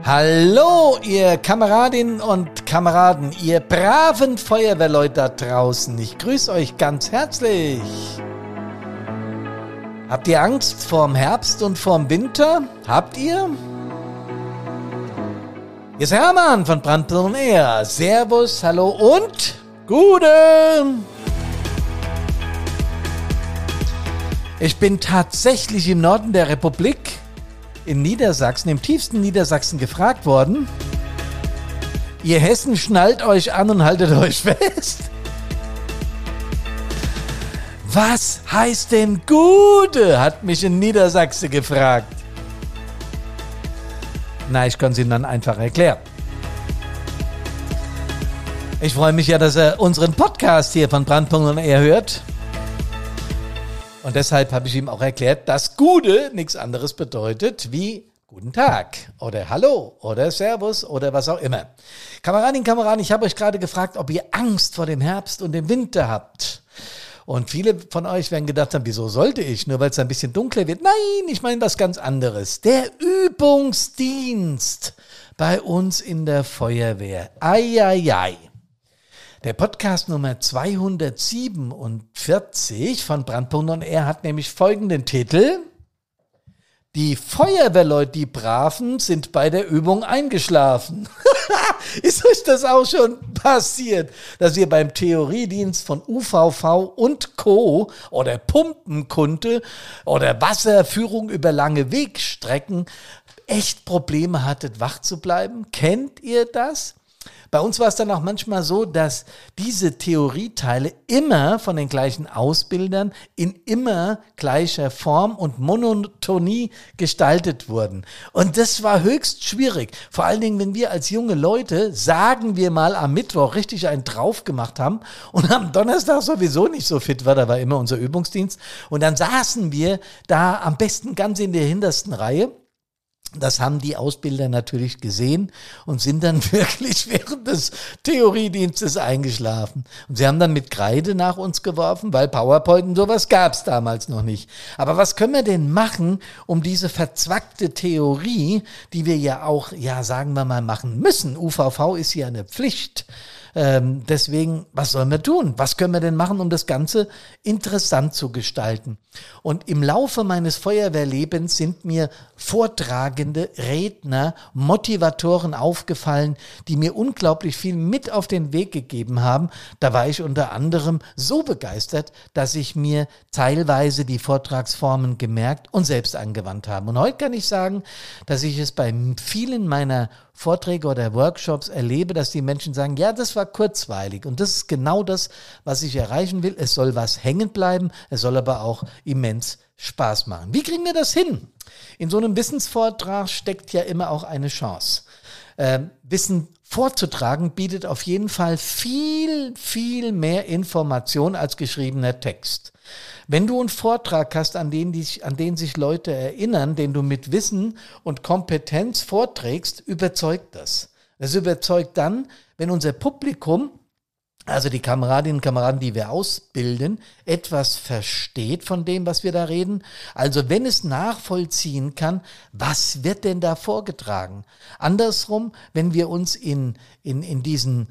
Hallo, ihr Kameradinnen und Kameraden, ihr braven Feuerwehrleute da draußen. Ich grüße euch ganz herzlich. Habt ihr Angst vorm Herbst und vorm Winter? Habt ihr? Hier ist Hermann von Brandpunkt on Air. Servus, hallo und Gute. Ich bin tatsächlich im Norden der Republik, in Niedersachsen, im tiefsten Niedersachsen gefragt worden. Ihr Hessen, schnallt euch an und haltet euch fest. Was heißt denn Gute? Hat mich in Niedersachsen gefragt. Na, ich kann es ihm dann einfach erklären. Ich freue mich ja, dass er unseren Podcast hier von Brandpunkt on Air hört. Und deshalb habe ich ihm auch erklärt, dass Gute nichts anderes bedeutet wie Guten Tag oder Hallo oder Servus oder was auch immer. Kameradinnen, Kameraden, ich habe euch gerade gefragt, ob ihr Angst vor dem Herbst und dem Winter habt. Und viele von euch werden gedacht haben, wieso sollte ich? Nur weil es ein bisschen dunkler wird. Nein, ich meine was ganz anderes. Der Übungsdienst bei uns in der Feuerwehr. Eieiei. Der Podcast Nummer 247 von Brandpunkt on Air hat nämlich folgenden Titel: Die Feuerwehrleute, die Braven, sind bei der Übung eingeschlafen. Ist euch das auch schon passiert, dass ihr beim Theoriedienst von UVV und Co. oder Pumpenkunde oder Wasserführung über lange Wegstrecken echt Probleme hattet, wach zu bleiben? Kennt ihr das? Bei uns war es dann auch manchmal so, dass diese Theorieteile immer von den gleichen Ausbildern in immer gleicher Form und Monotonie gestaltet wurden. Und das war höchst schwierig. Vor allen Dingen, wenn wir als junge Leute, sagen wir mal, am Mittwoch richtig einen drauf gemacht haben und am Donnerstag sowieso nicht so fit war, da war immer unser Übungsdienst. Und dann saßen wir da am besten ganz in der hintersten Reihe. Das haben die Ausbilder natürlich gesehen und sind dann wirklich während des Theoriedienstes eingeschlafen. Und sie haben dann mit Kreide nach uns geworfen, weil PowerPoint und sowas gab es damals noch nicht. Aber was können wir denn machen, um diese verzwackte Theorie, die wir ja auch, ja sagen wir mal, machen müssen? UVV ist ja eine Pflicht. Deswegen, was sollen wir tun? Was können wir denn machen, um das Ganze interessant zu gestalten? Und im Laufe meines Feuerwehrlebens sind mir Vortragende, Redner, Motivatoren aufgefallen, die mir unglaublich viel mit auf den Weg gegeben haben. Da war ich unter anderem so begeistert, dass ich mir teilweise die Vortragsformen gemerkt und selbst angewandt habe. Und heute kann ich sagen, dass ich es bei vielen meiner Vorträge oder Workshops erlebe, dass die Menschen sagen, ja, das war kurzweilig und das ist genau das, was ich erreichen will. Es soll was hängen bleiben, es soll aber auch immens Spaß machen. Wie kriegen wir das hin? In so einem Wissensvortrag steckt ja immer auch eine Chance. Wissen vorzutragen bietet auf jeden Fall viel, viel mehr Information als geschriebener Text. Wenn du einen Vortrag hast, an den sich Leute erinnern, den du mit Wissen und Kompetenz vorträgst, überzeugt das. Das überzeugt dann, wenn unser Publikum, also die Kameradinnen und Kameraden, die wir ausbilden, etwas versteht von dem, was wir da reden. Also wenn es nachvollziehen kann, was wird denn da vorgetragen? Andersrum, wenn wir uns in diesen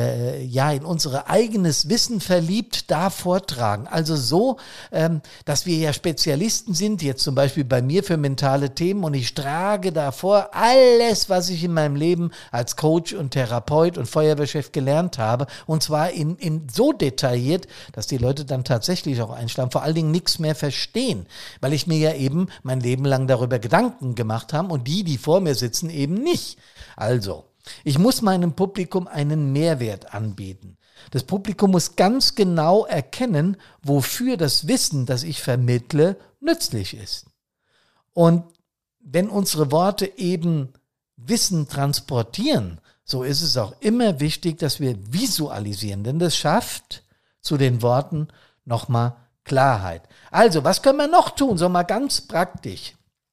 in unser eigenes Wissen verliebt da vortragen. Also so, dass wir ja Spezialisten sind, jetzt zum Beispiel bei mir für mentale Themen und ich trage davor alles, was ich in meinem Leben als Coach und Therapeut und Feuerwehrchef gelernt habe und zwar in so detailliert, dass die Leute dann tatsächlich auch einschlafen, vor allen Dingen nichts mehr verstehen, weil ich mir ja eben mein Leben lang darüber Gedanken gemacht habe und die vor mir sitzen, eben nicht. Also, ich muss meinem Publikum einen Mehrwert anbieten. Das Publikum muss ganz genau erkennen, wofür das Wissen, das ich vermittle, nützlich ist. Und wenn unsere Worte eben Wissen transportieren, so ist es auch immer wichtig, dass wir visualisieren, denn das schafft zu den Worten nochmal Klarheit. Also, was können wir noch tun? So mal ganz praktisch.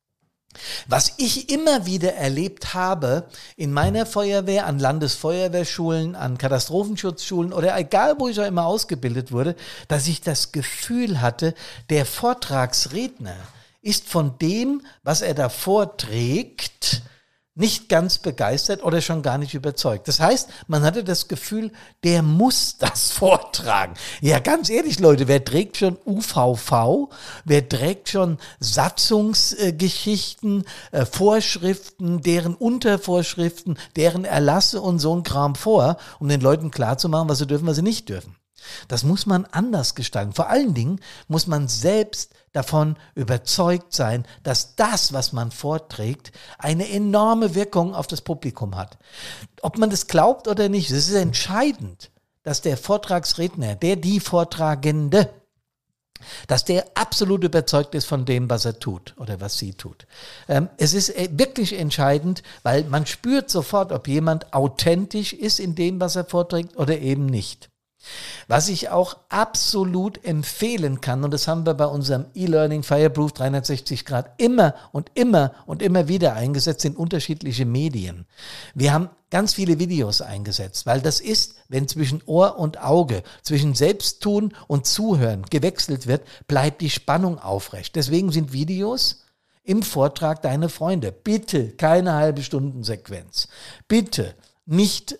Was ich immer wieder erlebt habe in meiner Feuerwehr, an Landesfeuerwehrschulen, an Katastrophenschutzschulen oder egal, wo ich auch immer ausgebildet wurde, dass ich das Gefühl hatte, der Vortragsredner ist von dem, was er da vorträgt, nicht ganz begeistert oder schon gar nicht überzeugt. Das heißt, man hatte das Gefühl, der muss das vortragen. Ja, ganz ehrlich, Leute, wer trägt schon UVV? Wer trägt schon Satzungsgeschichten, Vorschriften, deren Untervorschriften, deren Erlasse und so ein Kram vor, um den Leuten klarzumachen, was sie dürfen, was sie nicht dürfen? Das muss man anders gestalten. Vor allen Dingen muss man selbst davon überzeugt sein, dass das, was man vorträgt, eine enorme Wirkung auf das Publikum hat. Ob man das glaubt oder nicht, es ist entscheidend, dass der Vortragsredner, die Vortragende, dass der absolut überzeugt ist von dem, was er tut oder was sie tut. Es ist wirklich entscheidend, weil man spürt sofort, ob jemand authentisch ist in dem, was er vorträgt oder eben nicht. Was ich auch absolut empfehlen kann, und das haben wir bei unserem E-Learning Fireproof 360 Grad immer und immer wieder eingesetzt, sind unterschiedliche Medien. Wir haben ganz viele Videos eingesetzt, weil das ist, wenn zwischen Ohr und Auge, zwischen Selbsttun und Zuhören gewechselt wird, bleibt die Spannung aufrecht. Deswegen sind Videos im Vortrag deine Freunde. Bitte keine halbe Stundensequenz. Bitte nicht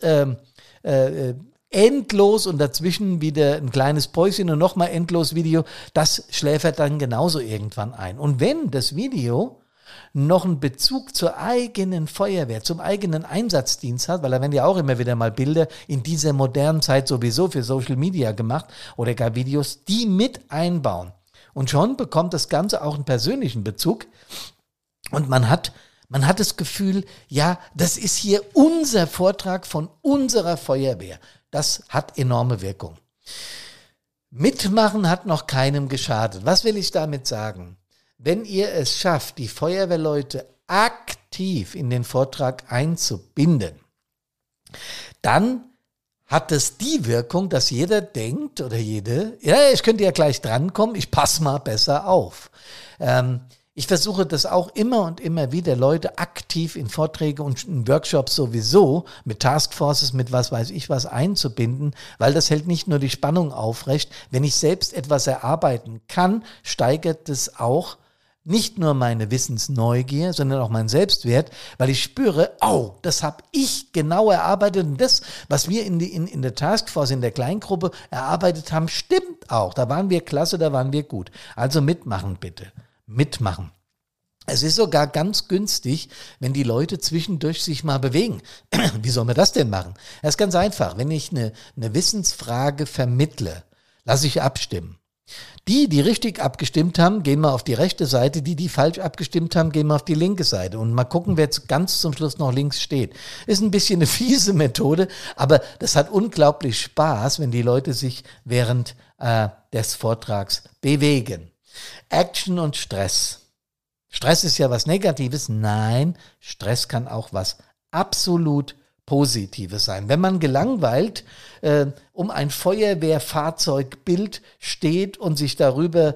endlos und dazwischen wieder ein kleines Päuschen und nochmal endlos Video, das schläfert dann genauso irgendwann ein. Und wenn das Video noch einen Bezug zur eigenen Feuerwehr, zum eigenen Einsatzdienst hat, weil da werden ja auch immer wieder mal Bilder in dieser modernen Zeit sowieso für Social Media gemacht oder gar Videos, die mit einbauen. Und schon bekommt das Ganze auch einen persönlichen Bezug und man hat das Gefühl, ja, das ist hier unser Vortrag von unserer Feuerwehr. Das hat enorme Wirkung. Mitmachen hat noch keinem geschadet. Was will ich damit sagen? Wenn ihr es schafft, die Feuerwehrleute aktiv in den Vortrag einzubinden, dann hat es die Wirkung, dass jeder denkt oder jede, ja, ich könnte ja gleich drankommen, ich passe mal besser auf. Ich versuche das auch immer und immer wieder, Leute aktiv in Vorträge und in Workshops sowieso mit Taskforces, mit was weiß ich was einzubinden, weil das hält nicht nur die Spannung aufrecht. Wenn ich selbst etwas erarbeiten kann, steigert es auch nicht nur meine Wissensneugier, sondern auch meinen Selbstwert, weil ich spüre, oh, das habe ich genau erarbeitet und das, was wir in der Taskforce, in der Kleingruppe erarbeitet haben, stimmt auch. Da waren wir klasse, da waren wir gut. Also mitmachen bitte. Mitmachen. Es ist sogar ganz günstig, wenn die Leute zwischendurch sich mal bewegen. Wie soll man das denn machen? Das ist ganz einfach. Wenn ich eine Wissensfrage vermittle, lasse ich abstimmen. Die richtig abgestimmt haben, gehen mal auf die rechte Seite. Die falsch abgestimmt haben, gehen mal auf die linke Seite. Und mal gucken, wer ganz zum Schluss noch links steht. Ist ein bisschen eine fiese Methode, aber das hat unglaublich Spaß, wenn die Leute sich während des Vortrags bewegen. Action und Stress. Stress ist ja was Negatives. Nein, Stress kann auch was absolut Positives sein. Wenn man gelangweilt um ein Feuerwehrfahrzeugbild steht und sich darüber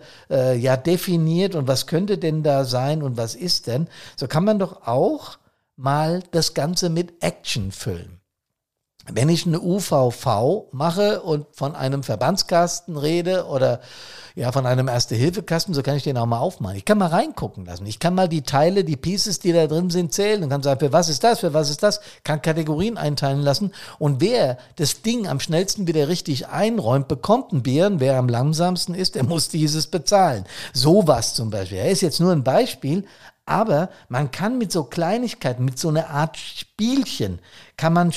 definiert und was könnte denn da sein und was ist denn, so kann man doch auch mal das Ganze mit Action füllen. Wenn ich eine UVV mache und von einem Verbandskasten rede oder ja von einem Erste-Hilfe-Kasten, so kann ich den auch mal aufmachen. Ich kann mal reingucken lassen. Ich kann mal die Teile, die Pieces, die da drin sind, zählen und kann sagen, für was ist das, kann Kategorien einteilen lassen. Und wer das Ding am schnellsten wieder richtig einräumt, bekommt ein Bier. Und wer am langsamsten ist, der muss dieses bezahlen. Sowas zum Beispiel. Er ist jetzt nur ein Beispiel, aber man kann mit so Kleinigkeiten, mit so einer Art Spielchen, kann man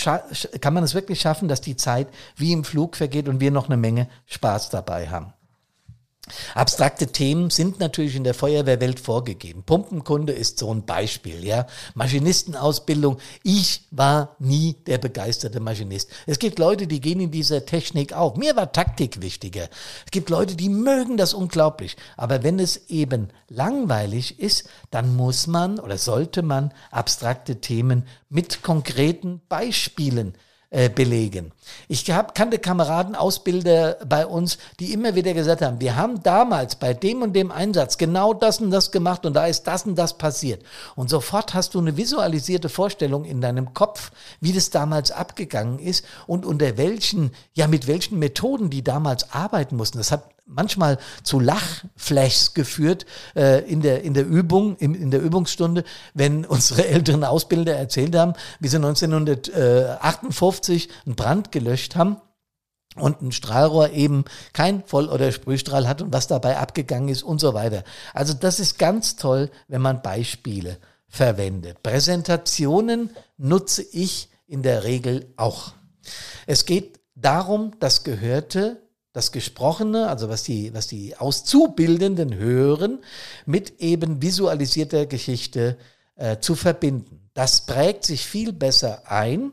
es wirklich schaffen, dass die Zeit wie im Flug vergeht und wir noch eine Menge Spaß dabei haben. Abstrakte Themen sind natürlich in der Feuerwehrwelt vorgegeben. Pumpenkunde ist so ein Beispiel, ja. Maschinistenausbildung. Ich war nie der begeisterte Maschinist. Es gibt Leute, die gehen in dieser Technik auf. Mir war Taktik wichtiger. Es gibt Leute, die mögen das unglaublich. Aber wenn es eben langweilig ist, dann muss man oder sollte man abstrakte Themen mit konkreten Beispielen belegen. Ich kannte Kameraden, Ausbilder bei uns, die immer wieder gesagt haben, wir haben damals bei dem und dem Einsatz genau das und das gemacht und da ist das und das passiert. Und sofort hast du eine visualisierte Vorstellung in deinem Kopf, wie das damals abgegangen ist und mit welchen Methoden die damals arbeiten mussten. Das hat manchmal zu Lachflashs geführt in der Übung, in der Übungsstunde, wenn unsere älteren Ausbilder erzählt haben, wie sie 1958 einen Brand gelöscht haben und ein Strahlrohr eben kein Voll- oder Sprühstrahl hat und was dabei abgegangen ist und so weiter. Also das ist ganz toll, wenn man Beispiele verwendet. Präsentationen nutze ich in der Regel auch. Es geht darum, das Gehörte, das Gesprochene, also was die Auszubildenden hören, mit eben visualisierter Geschichte zu verbinden. Das prägt sich viel besser ein.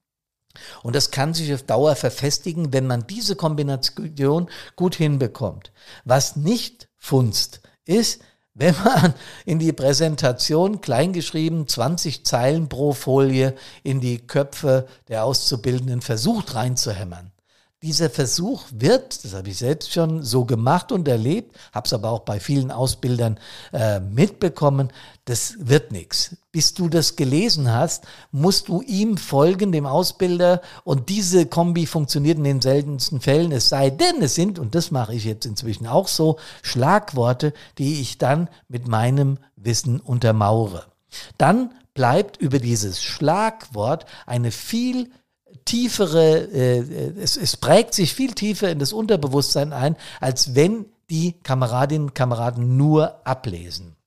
Und das kann sich auf Dauer verfestigen, wenn man diese Kombination gut hinbekommt. Was nicht funzt, ist, wenn man in die Präsentation kleingeschrieben 20 Zeilen pro Folie in die Köpfe der Auszubildenden versucht reinzuhämmern. Dieser Versuch wird, das habe ich selbst schon so gemacht und erlebt, habe es aber auch bei vielen Ausbildern mitbekommen, das wird nichts. Bis du das gelesen hast, musst du ihm folgen, dem Ausbilder, und diese Kombi funktioniert in den seltensten Fällen, es sei denn, es sind, und das mache ich jetzt inzwischen auch so, Schlagworte, die ich dann mit meinem Wissen untermauere. Dann bleibt über dieses Schlagwort eine viel tiefere, es prägt sich viel tiefer in das Unterbewusstsein ein, als wenn die Kameradinnen und Kameraden nur ablesen.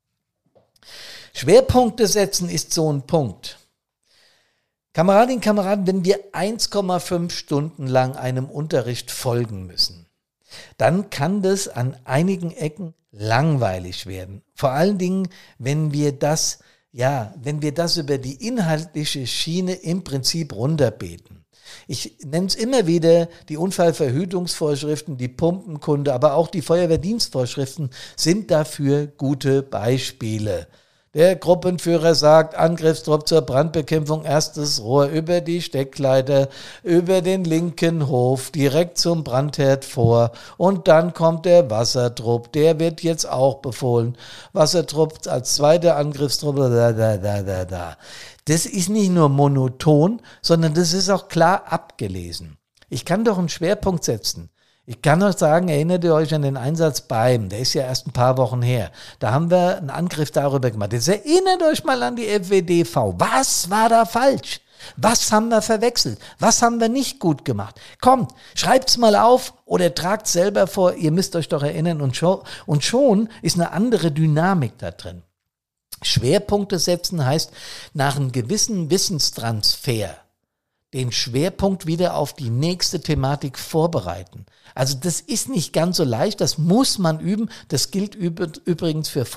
Schwerpunkte setzen ist so ein Punkt. Kameradinnen und Kameraden, wenn wir 1,5 Stunden lang einem Unterricht folgen müssen, dann kann das an einigen Ecken langweilig werden. Vor allen Dingen, wenn wir das über die inhaltliche Schiene im Prinzip runterbeten. Ich nenne es immer wieder, die Unfallverhütungsvorschriften, die Pumpenkunde, aber auch die Feuerwehrdienstvorschriften sind dafür gute Beispiele. Der Gruppenführer sagt, Angriffstrupp zur Brandbekämpfung, erstes Rohr über die Steckleiter, über den linken Hof, direkt zum Brandherd vor, und dann kommt der Wassertrupp, der wird jetzt auch befohlen. Wassertrupp als zweiter Angriffstrupp, Das ist nicht nur monoton, sondern das ist auch klar abgelesen. Ich kann doch einen Schwerpunkt setzen. Ich kann noch sagen, erinnert ihr euch an den Einsatz Beim, der ist ja erst ein paar Wochen her. Da haben wir einen Angriff darüber gemacht. Jetzt erinnert euch mal an die FWDV. Was war da falsch? Was haben wir verwechselt? Was haben wir nicht gut gemacht? Kommt, schreibt's mal auf oder tragt's selber vor. Ihr müsst euch doch erinnern, und schon ist eine andere Dynamik da drin. Schwerpunkte setzen heißt, nach einem gewissen Wissenstransfer den Schwerpunkt wieder auf die nächste Thematik vorbereiten. Also das ist nicht ganz so leicht, das muss man üben. Das gilt übrigens für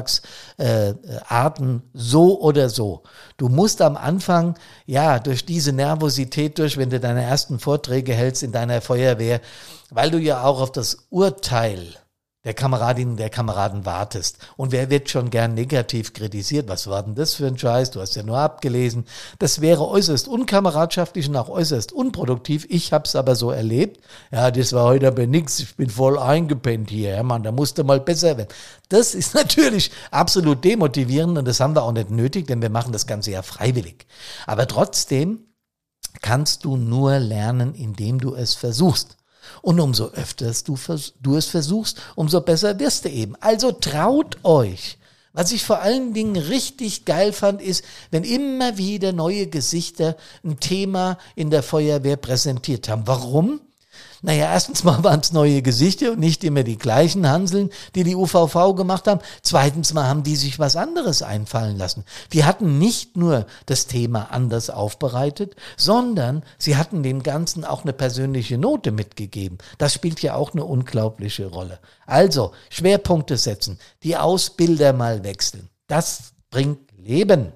Vortragsarten so oder so. Du musst am Anfang, durch diese Nervosität wenn du deine ersten Vorträge hältst in deiner Feuerwehr, weil du ja auch auf das Urteil der Kameradinnen, der Kameraden wartest. Und wer wird schon gern negativ kritisiert? Was war denn das für ein Scheiß? Du hast ja nur abgelesen. Das wäre äußerst unkameradschaftlich und auch äußerst unproduktiv. Ich habe es aber so erlebt. Ja, das war heute aber nix. Ich bin voll eingepennt hier. Ja, Mann, da musste mal besser werden. Das ist natürlich absolut demotivierend und das haben wir auch nicht nötig, denn wir machen das Ganze ja freiwillig. Aber trotzdem kannst du nur lernen, indem du es versuchst. Und umso öfter du es versuchst, umso besser wirst du eben. Also traut euch. Was ich vor allen Dingen richtig geil fand, ist, wenn immer wieder neue Gesichter ein Thema in der Feuerwehr präsentiert haben. Warum? Naja, erstens mal waren es neue Gesichter und nicht immer die gleichen Hanseln, die UVV gemacht haben. Zweitens mal haben die sich was anderes einfallen lassen. Die hatten nicht nur das Thema anders aufbereitet, sondern sie hatten dem Ganzen auch eine persönliche Note mitgegeben. Das spielt ja auch eine unglaubliche Rolle. Also, Schwerpunkte setzen, die Ausbilder mal wechseln. Das bringt Leben.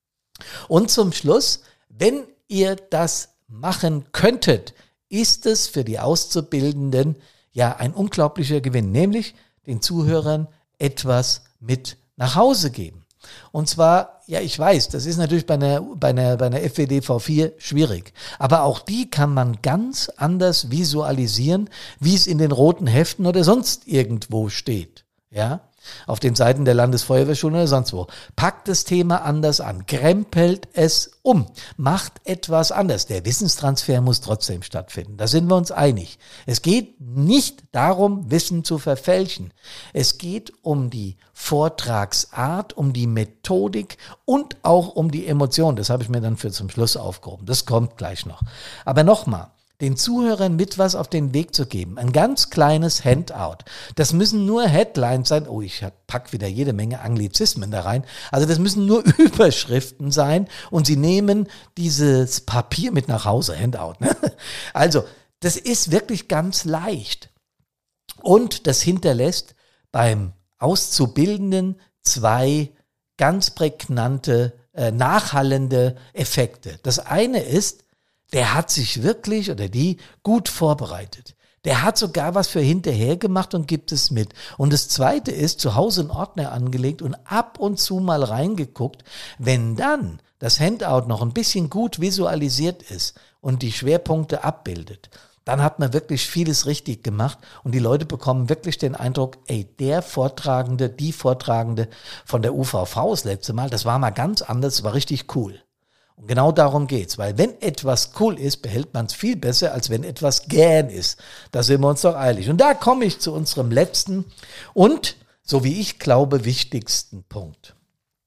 Und zum Schluss, wenn ihr das machen könntet, ist es für die Auszubildenden ein unglaublicher Gewinn, nämlich den Zuhörern etwas mit nach Hause geben. Und zwar, ich weiß, das ist natürlich bei einer FWD V4 schwierig, aber auch die kann man ganz anders visualisieren, wie es in den roten Heften oder sonst irgendwo steht. Ja? auf den Seiten der Landesfeuerwehrschule oder sonst wo. Packt das Thema anders an, krempelt es um, macht etwas anders. Der Wissenstransfer muss trotzdem stattfinden, da sind wir uns einig. Es geht nicht darum, Wissen zu verfälschen. Es geht um die Vortragsart, um die Methodik und auch um die Emotion. Das habe ich mir dann für zum Schluss aufgehoben. Das kommt gleich noch. Aber nochmal, den Zuhörern mit was auf den Weg zu geben. Ein ganz kleines Handout. Das müssen nur Headlines sein. Oh, ich pack wieder jede Menge Anglizismen da rein. Also das müssen nur Überschriften sein und Sie nehmen dieses Papier mit nach Hause. Handout. Ne? Also, das ist wirklich ganz leicht. Und das hinterlässt beim Auszubildenden 2 ganz prägnante, nachhallende Effekte. Das eine ist, der hat sich wirklich oder die gut vorbereitet. Der hat sogar was für hinterher gemacht und gibt es mit. Und das Zweite ist, zu Hause einen Ordner angelegt und ab und zu mal reingeguckt. Wenn dann das Handout noch ein bisschen gut visualisiert ist und die Schwerpunkte abbildet, dann hat man wirklich vieles richtig gemacht und die Leute bekommen wirklich den Eindruck, ey, der Vortragende, die Vortragende von der UVV das letzte Mal, das war mal ganz anders, das war richtig cool. Und genau darum geht's, weil wenn etwas cool ist, behält man es viel besser, als wenn etwas gern ist. Da sind wir uns doch eilig. Und da komme ich zu unserem letzten und, so wie ich glaube, wichtigsten Punkt.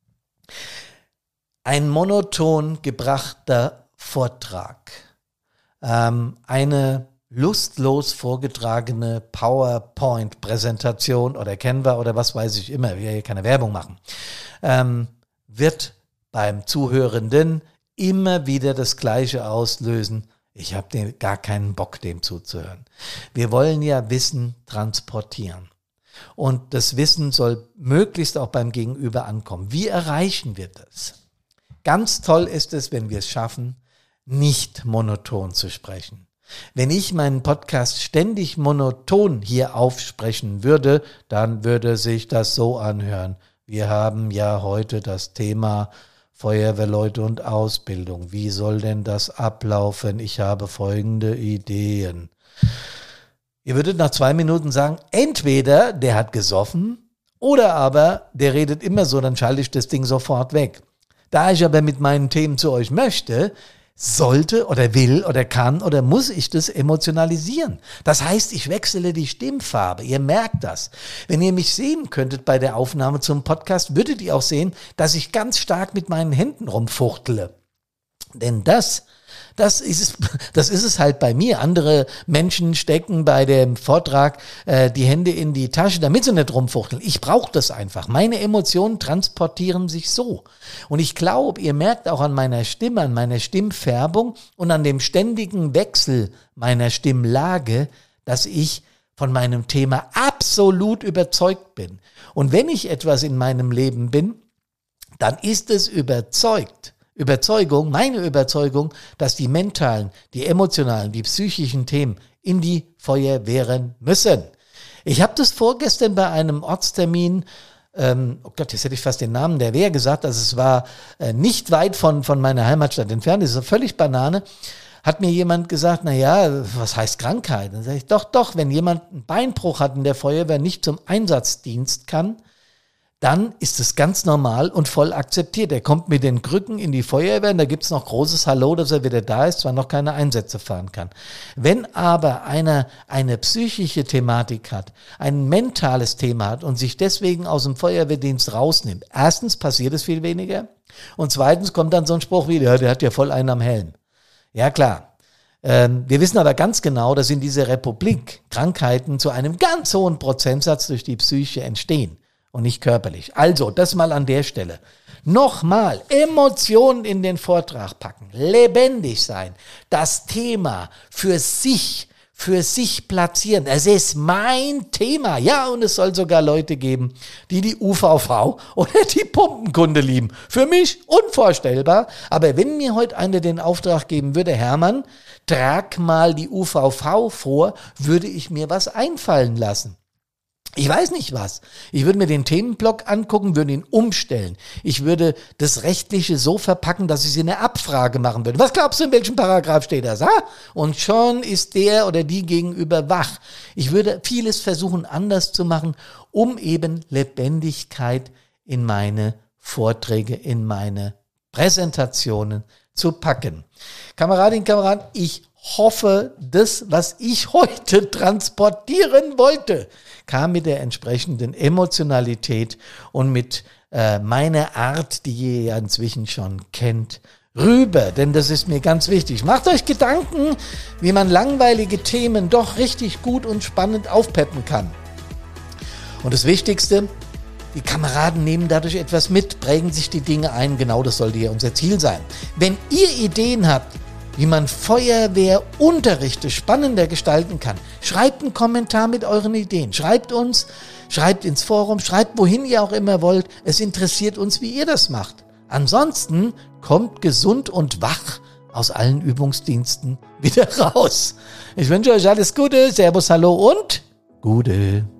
Ein monoton gebrachter Vortrag, eine lustlos vorgetragene PowerPoint-Präsentation oder Canva oder was weiß ich immer, wir hier keine Werbung machen, wird beim Zuhörenden immer wieder das Gleiche auslösen. Ich habe gar keinen Bock, dem zuzuhören. Wir wollen ja Wissen transportieren. Und das Wissen soll möglichst auch beim Gegenüber ankommen. Wie erreichen wir das? Ganz toll ist es, wenn wir es schaffen, nicht monoton zu sprechen. Wenn ich meinen Podcast ständig monoton hier aufsprechen würde, dann würde sich das so anhören. Wir haben ja heute das Thema Feuerwehrleute und Ausbildung. Wie soll denn das ablaufen? Ich habe folgende Ideen. Ihr würdet nach 2 Minuten sagen, entweder der hat gesoffen oder aber der redet immer so, dann schalte ich das Ding sofort weg. Da ich aber mit meinen Themen zu euch möchte, sollte oder will oder kann oder muss ich das emotionalisieren. Das heißt, ich wechsle die Stimmfarbe. Ihr merkt das. Wenn ihr mich sehen könntet bei der Aufnahme zum Podcast, würdet ihr auch sehen, dass ich ganz stark mit meinen Händen rumfuchtele. Denn das ist es halt bei mir. Andere Menschen stecken bei dem Vortrag die Hände in die Tasche, damit sie nicht rumfuchteln. Ich brauche das einfach. Meine Emotionen transportieren sich so. Und ich glaube, ihr merkt auch an meiner Stimme, an meiner Stimmfärbung und an dem ständigen Wechsel meiner Stimmlage, dass ich von meinem Thema absolut überzeugt bin. Und wenn ich etwas in meinem Leben bin, dann ist es meine Überzeugung, dass die mentalen, die emotionalen, die psychischen Themen in die Feuerwehren müssen. Ich habe das vorgestern bei einem Ortstermin, oh Gott, jetzt hätte ich fast den Namen der Wehr gesagt, also es war nicht weit von meiner Heimatstadt entfernt, das ist völlig Banane, hat mir jemand gesagt, was heißt Krankheit? Dann sage ich, doch, wenn jemand einen Beinbruch hat in der Feuerwehr, nicht zum Einsatzdienst kann, dann ist es ganz normal und voll akzeptiert. Er kommt mit den Krücken in die Feuerwehr und da gibt's noch großes Hallo, dass er wieder da ist, zwar noch keine Einsätze fahren kann. Wenn aber einer eine psychische Thematik hat, ein mentales Thema hat und sich deswegen aus dem Feuerwehrdienst rausnimmt, erstens passiert es viel weniger und zweitens kommt dann so ein Spruch wie, der hat ja voll einen am Helm. Ja klar. Wir wissen aber ganz genau, dass in dieser Republik Krankheiten zu einem ganz hohen Prozentsatz durch die Psyche entstehen. Und nicht körperlich. Also, das mal an der Stelle. Nochmal, Emotionen in den Vortrag packen, lebendig sein, das Thema für sich platzieren. Es ist mein Thema. Ja, und es soll sogar Leute geben, die UVV oder die Pumpenkunde lieben. Für mich unvorstellbar. Aber wenn mir heute einer den Auftrag geben würde, Hermann, trag mal die UVV vor, würde ich mir was einfallen lassen. Ich weiß nicht was. Ich würde mir den Themenblock angucken, würde ihn umstellen. Ich würde das Rechtliche so verpacken, dass ich sie eine Abfrage machen würde. Was glaubst du, in welchem Paragraph steht das? Ha? Und schon ist der oder die Gegenüber wach. Ich würde vieles versuchen anders zu machen, um eben Lebendigkeit in meine Vorträge, in meine Präsentationen zu packen. Kameradinnen, Kameraden, ich hoffe, das, was ich heute transportieren wollte, kam mit der entsprechenden Emotionalität und mit meiner Art, die ihr ja inzwischen schon kennt, rüber. Denn das ist mir ganz wichtig. Macht euch Gedanken, wie man langweilige Themen doch richtig gut und spannend aufpeppen kann. Und das Wichtigste, die Kameraden nehmen dadurch etwas mit, prägen sich die Dinge ein. Genau das sollte ja unser Ziel sein. Wenn ihr Ideen habt, wie man Feuerwehrunterrichte spannender gestalten kann, schreibt einen Kommentar mit euren Ideen. Schreibt uns, schreibt ins Forum, schreibt wohin ihr auch immer wollt. Es interessiert uns, wie ihr das macht. Ansonsten kommt gesund und wach aus allen Übungsdiensten wieder raus. Ich wünsche euch alles Gute, Servus, Hallo und Gute.